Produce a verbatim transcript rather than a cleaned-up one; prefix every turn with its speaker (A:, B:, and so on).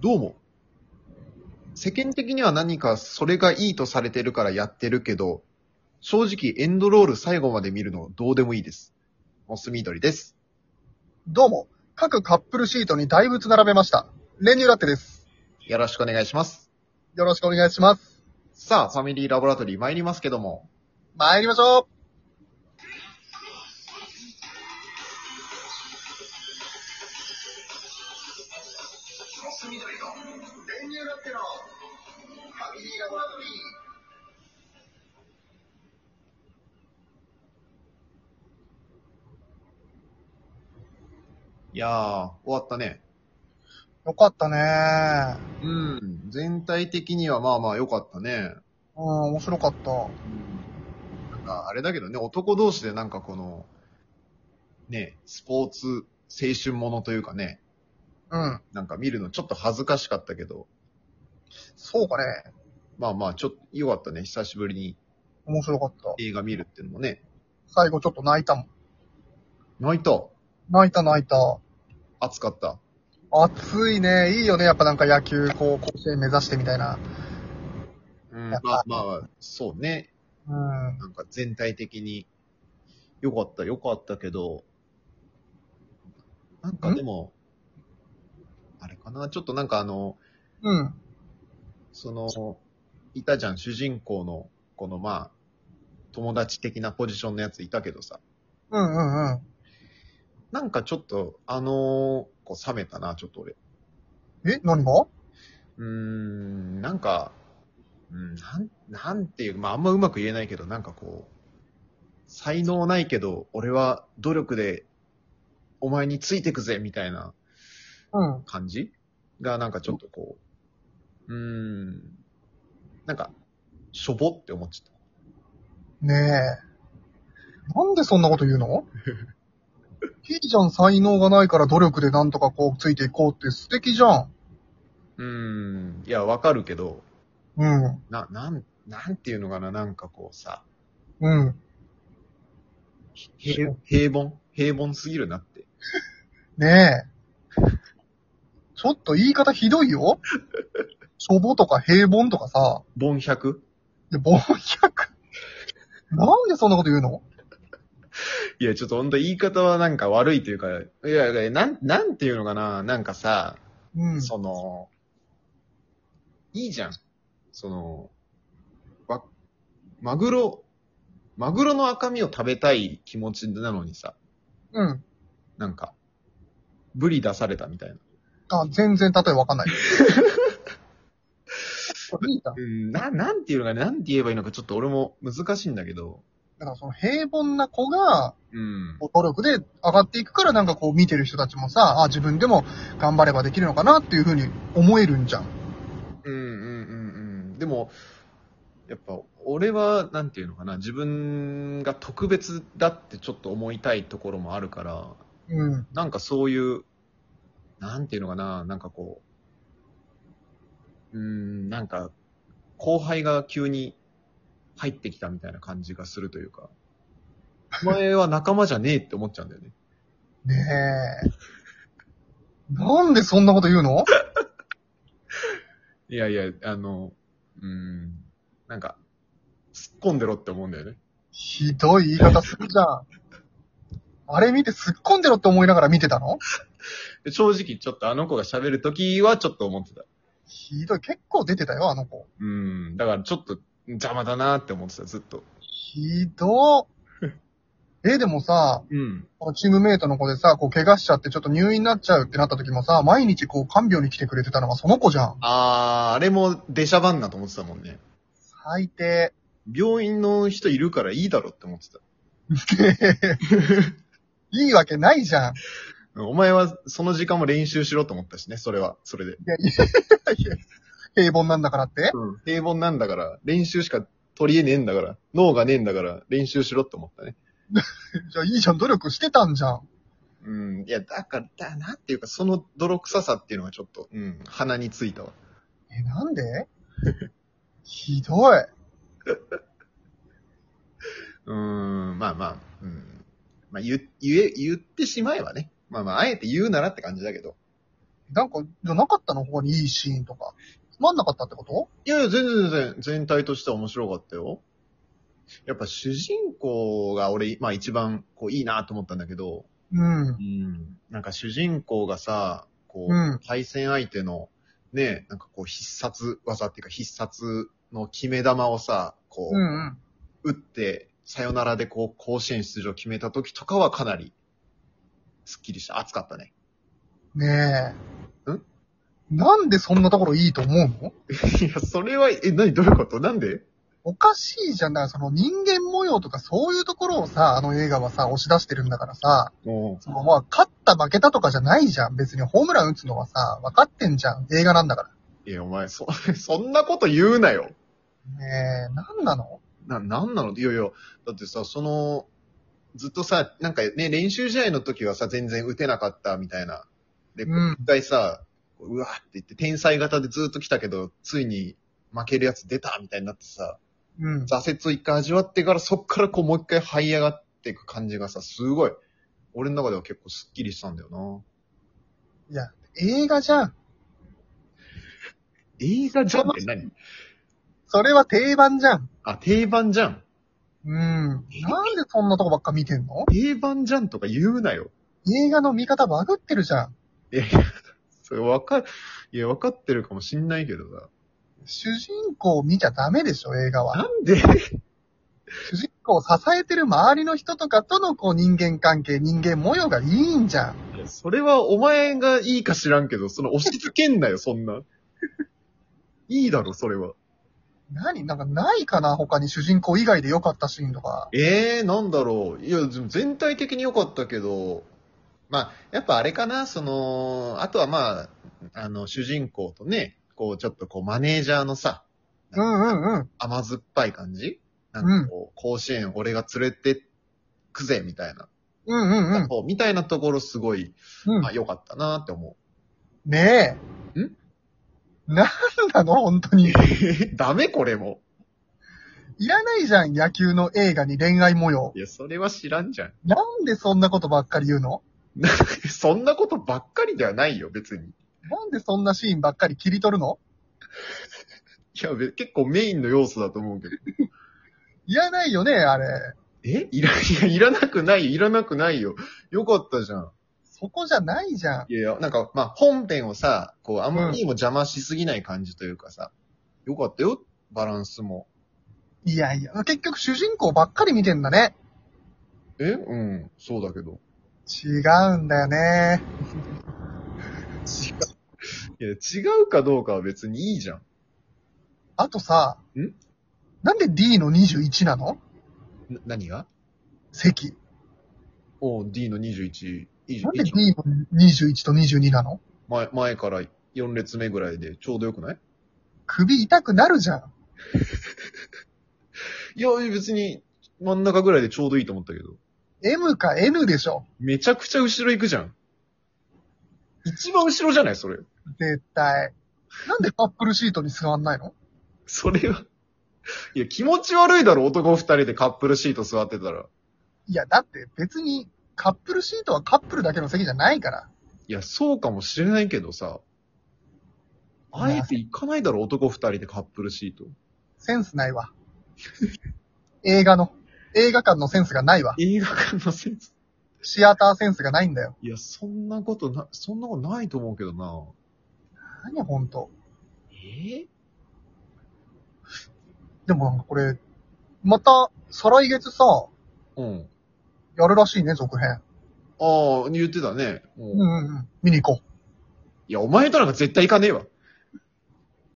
A: どうも。世間的には何かそれがいいとされてるからやってるけど、正直エンドロール最後まで見るのどうでもいいです。モス緑です。
B: どうも、各カップルシートに大仏並べました。練乳ラッテです。
A: よろしくお願いします。
B: よろしくお願いします。
A: さあ、ファミリーラボラトリー参りますけども。
B: 参りましょう。モス緑と練乳ラッテのファミリーラボラトリー。
A: いやー、終わったね。
B: よかったね。
A: うん、全体的にはまあまあ良かったね。
B: うん、面白かった。
A: なんかあれだけどね、男同士でなんかこの、ね、スポーツ青春ものというかね、
B: うん。
A: なんか見るのちょっと恥ずかしかったけど、
B: そうかね。
A: まあまあちょっと良かったね、久しぶりに
B: 面白かった。
A: 映画見るっていうのもね。
B: 最後ちょっと泣いたもん。
A: 泣いた。
B: 泣いた泣いた。
A: 暑かった。
B: 暑いね。いいよね。やっぱなんか野球、こう、甲子園目指してみたいな。
A: うん、
B: やっぱ
A: まあまあ、そうね。
B: うん。
A: なんか全体的に良かった良かったけど、なんかでも、あれかな、ちょっとなんかあの、
B: うん。
A: その、いたじゃん、主人公の、このまあ、友達的なポジションのやついたけどさ、
B: うんうんうん。
A: なんかちょっと、あのー、こう冷めたな、ちょっと俺。
B: え、何が
A: うーん、なんか、うん、なん、なんていう、まああんまうまく言えないけど、なんかこう、才能ないけど、俺は努力でお前についてくぜ、みたいな
B: うん。
A: 感じが、なんかちょっとこう、うーん、なんか、しょぼって思っちゃった。
B: ねえ。なんでそんなこと言うのいいじゃん、才能がないから努力でなんとかこうついていこうって素敵じゃん。
A: うーん、いや、わかるけど、
B: うん。
A: な、なん、なんていうのかな、なんかこうさ、
B: うん。
A: 平、平凡平凡すぎるなって。
B: ねえ。ちょっと言い方ひどいよ。しょぼとか平凡とかさ。
A: 凡百
B: で、凡百。なんでそんなこと言うの
A: いや、ちょっとほんと言い方はなんか悪いというか、いやいや、なん、なんていうのかな、なんかさ、
B: うん。
A: その、いいじゃん。その、わ、マグロ、マグロの赤身を食べたい気持ちなのにさ、
B: うん。
A: なんか、ブリ出されたみたいな。
B: あ、全然例えわかんない。いいじゃん。
A: うん、な、なんていうのかね、なんて言えばいいのかちょっと俺も難しいんだけど、
B: だからその平凡な子が、
A: うん。
B: こう努力で上がっていくからなんかこう見てる人たちもさ、あ、自分でも頑張ればできるのかなっていうふうに思えるんじゃん。
A: うんうんうんうん。でも、やっぱ俺は、なんていうのかな、自分が特別だってちょっと思いたいところもあるから、
B: うん。
A: なんかそういう、なんていうのかな、なんかこう、うーん、なんか、後輩が急に入ってきたみたいな感じがするというか、お前は仲間じゃねえって思っちゃうんだよね。
B: ねえ。なんでそんなこと言うの
A: いやいや、あの、うーん、なんか、突っ込んでろって思うんだよね。
B: ひどい言い方するじゃん。あれ見て突っ込んでろって思いながら見てたの
A: で正直ちょっとあの子が喋るときはちょっと思ってた。
B: ひどい。結構出てたよ、あの子。
A: うーん、だからちょっと邪魔だなって思ってた、ずっと。
B: ひどえ、でもさ、
A: うん。
B: このチームメイトの子でさ、こう怪我しちゃってちょっと入院になっちゃうってなった時もさ、毎日こう看病に来てくれてたのがその子じゃん。
A: あー、あれも出しゃばんなと思ってたもんね。
B: 最低。
A: 病院の人いるからいいだろって思ってた。
B: いいわけないじゃん。
A: お前はその時間も練習しろと思ったしね、それは、それで。
B: いや、いやいや平凡なんだからって
A: うん。平凡なんだから、練習しか取り柄ねえんだから、脳がねえんだから、練習しろって思ったね。
B: じゃあいいじゃん、努力してたんじゃん。
A: うん。いや、だから、だなんていうか、その泥臭さっていうのがちょっと、うん、鼻についたわ。
B: え、なんでひどい。
A: うーん、まあまあ、うん。まあ言、言え、言ってしまえばね。まあまあ、あえて言うならって感じだけど。
B: なんか、じゃなかったの他にいいシーンとか。つまんなかったってこと？
A: いやいや、全然全然、全体としては面白かったよ。やっぱ主人公が俺、まあ一番こういいなと思ったんだけど、
B: うん。
A: うん。なんか主人公がさ、こう、
B: うん
A: 対戦相手の、ね、なんかこう必殺技っていうか必殺の決め球をさ、こ
B: う
A: う、
B: んうん。
A: 打って、さよならでこう、甲子園出場決めた時とかはかなり、スッキリした。熱かったね。
B: ねえ。
A: ん
B: なんでそんなところいいと思うの？
A: いや、それは、え、何どういうことなんで？
B: おかしいじゃん。だからその人間模様とかそういうところをさ、あの映画はさ、押し出してるんだからさ、
A: も
B: そのまあ、勝った負けたとかじゃないじゃん。別にホームラン打つのはさ、分かってんじゃん。映画なんだから。
A: う、いや、お前、そ、そんなこと言うなよ。
B: ねえ、なんなの？
A: な、なんなの？いやいや、だってさ、その、ずっとさ、なんかね、練習試合の時はさ、全然打てなかったみたいな。で、
B: うん
A: 一回さ、うわーって言って、天才型でずっと来たけど、ついに負けるやつ出たみたいになってさ、
B: うん。
A: 挫折を一回味わってから、そっからこうもう一回這い上がっていく感じがさ、すごい、俺の中では結構スッキリしたんだよ
B: いや、映画じゃん。
A: な。映画じゃんって何？
B: それは定番じゃん。
A: あ、定番じゃん。
B: うん。なんでそんなとこばっか見てんの？
A: 定番じゃんとか言うなよ。
B: 映画の見方バグってるじゃん。
A: いやいや、それわかる、いや、わかってるかもしんないけどさ。
B: 主人公を見ちゃダメでしょ、映画は。
A: なんで？
B: 主人公を支えてる周りの人とかとのこう人間関係、人間模様がいいんじゃん。
A: いや、それはお前がいいか知らんけど、その押し付けんなよ、そんな。いいだろ、それは。
B: 何なんかないかな他に主人公以外で良かったシーンとか。
A: ええー、なんだろう。いや、でも全体的に良かったけど、まあ、やっぱあれかな、その、あとはまあ、あの、主人公とね、こう、ちょっとこう、マネージャーのさ、
B: うんうんうん。
A: 甘酸っぱい感じなんかこう、甲子園俺が連れてくぜ、みたいな。
B: うんうんうん。
A: そうみたいなところすごい、
B: うん
A: まあ良かったなって思
B: ねえ。
A: ん
B: なんなの本当に。
A: う。ダメこれも。
B: いらないじゃん、野球の映画に恋愛模様
A: い。や、それは知らんじゃん。
B: なんでそんなことばっかり言うの？
A: そんなことばっかりではないよ、別に。
B: なんでそんなシーンばっかり切り取るの？
A: いや、べ結構メインの要素だと思うけど。
B: いらないよね、あれ。
A: えいら、いや、いらなくないよ、いらなくないよ。よかったじゃん。
B: そこじゃないじゃん。
A: いやいや、なんか、まあ、本編をさ、こう、あんまりにも邪魔しすぎない感じというかさ、よかったよ、バランスも。
B: いやいや、結局主人公ばっかり見てんだね。
A: えうん、そうだけど。
B: 違うんだよね。
A: 違う。いや、違うかどうかは別にいいじゃん。
B: あとさ、
A: ん
B: なんで ディー のにじゅういちなの？
A: な、何が
B: 席。
A: おう D のにじゅういち、いいじゃん。
B: なんで
A: いいじゃん
B: ディー のにじゅういちとにじゅうになの？
A: 前、前からよん列目ぐらいでちょうどよくない？
B: 首痛くなるじゃん。
A: いや、別に真ん中ぐらいでちょうどいいと思ったけど。
B: M か N でしょ。
A: めちゃくちゃ後ろ行くじゃん。一番後ろじゃないそれ。
B: 絶対。なんでカップルシートに座んないの？
A: それは。いや、気持ち悪いだろ、男二人でカップルシート座ってたら。
B: いや、だって別にカップルシートはカップルだけの席じゃないから。
A: いや、そうかもしれないけどさ。あえて行かないだろ、男二人でカップルシート。
B: センスないわ。映画の、映画館のセンスがないわ。
A: 映画館のセンス。
B: シアターセンスがないんだよ。
A: いや、そんなことな、そんなことないと思うけどな。
B: 何ほんと。
A: え
B: でもなんかこれ、また、再来月さ、
A: うん。
B: やるらしいね、続編。
A: ああ、言ってたね。うん
B: うんうんうん。見に行こう。
A: いや、お前となんか絶対行かねえわ。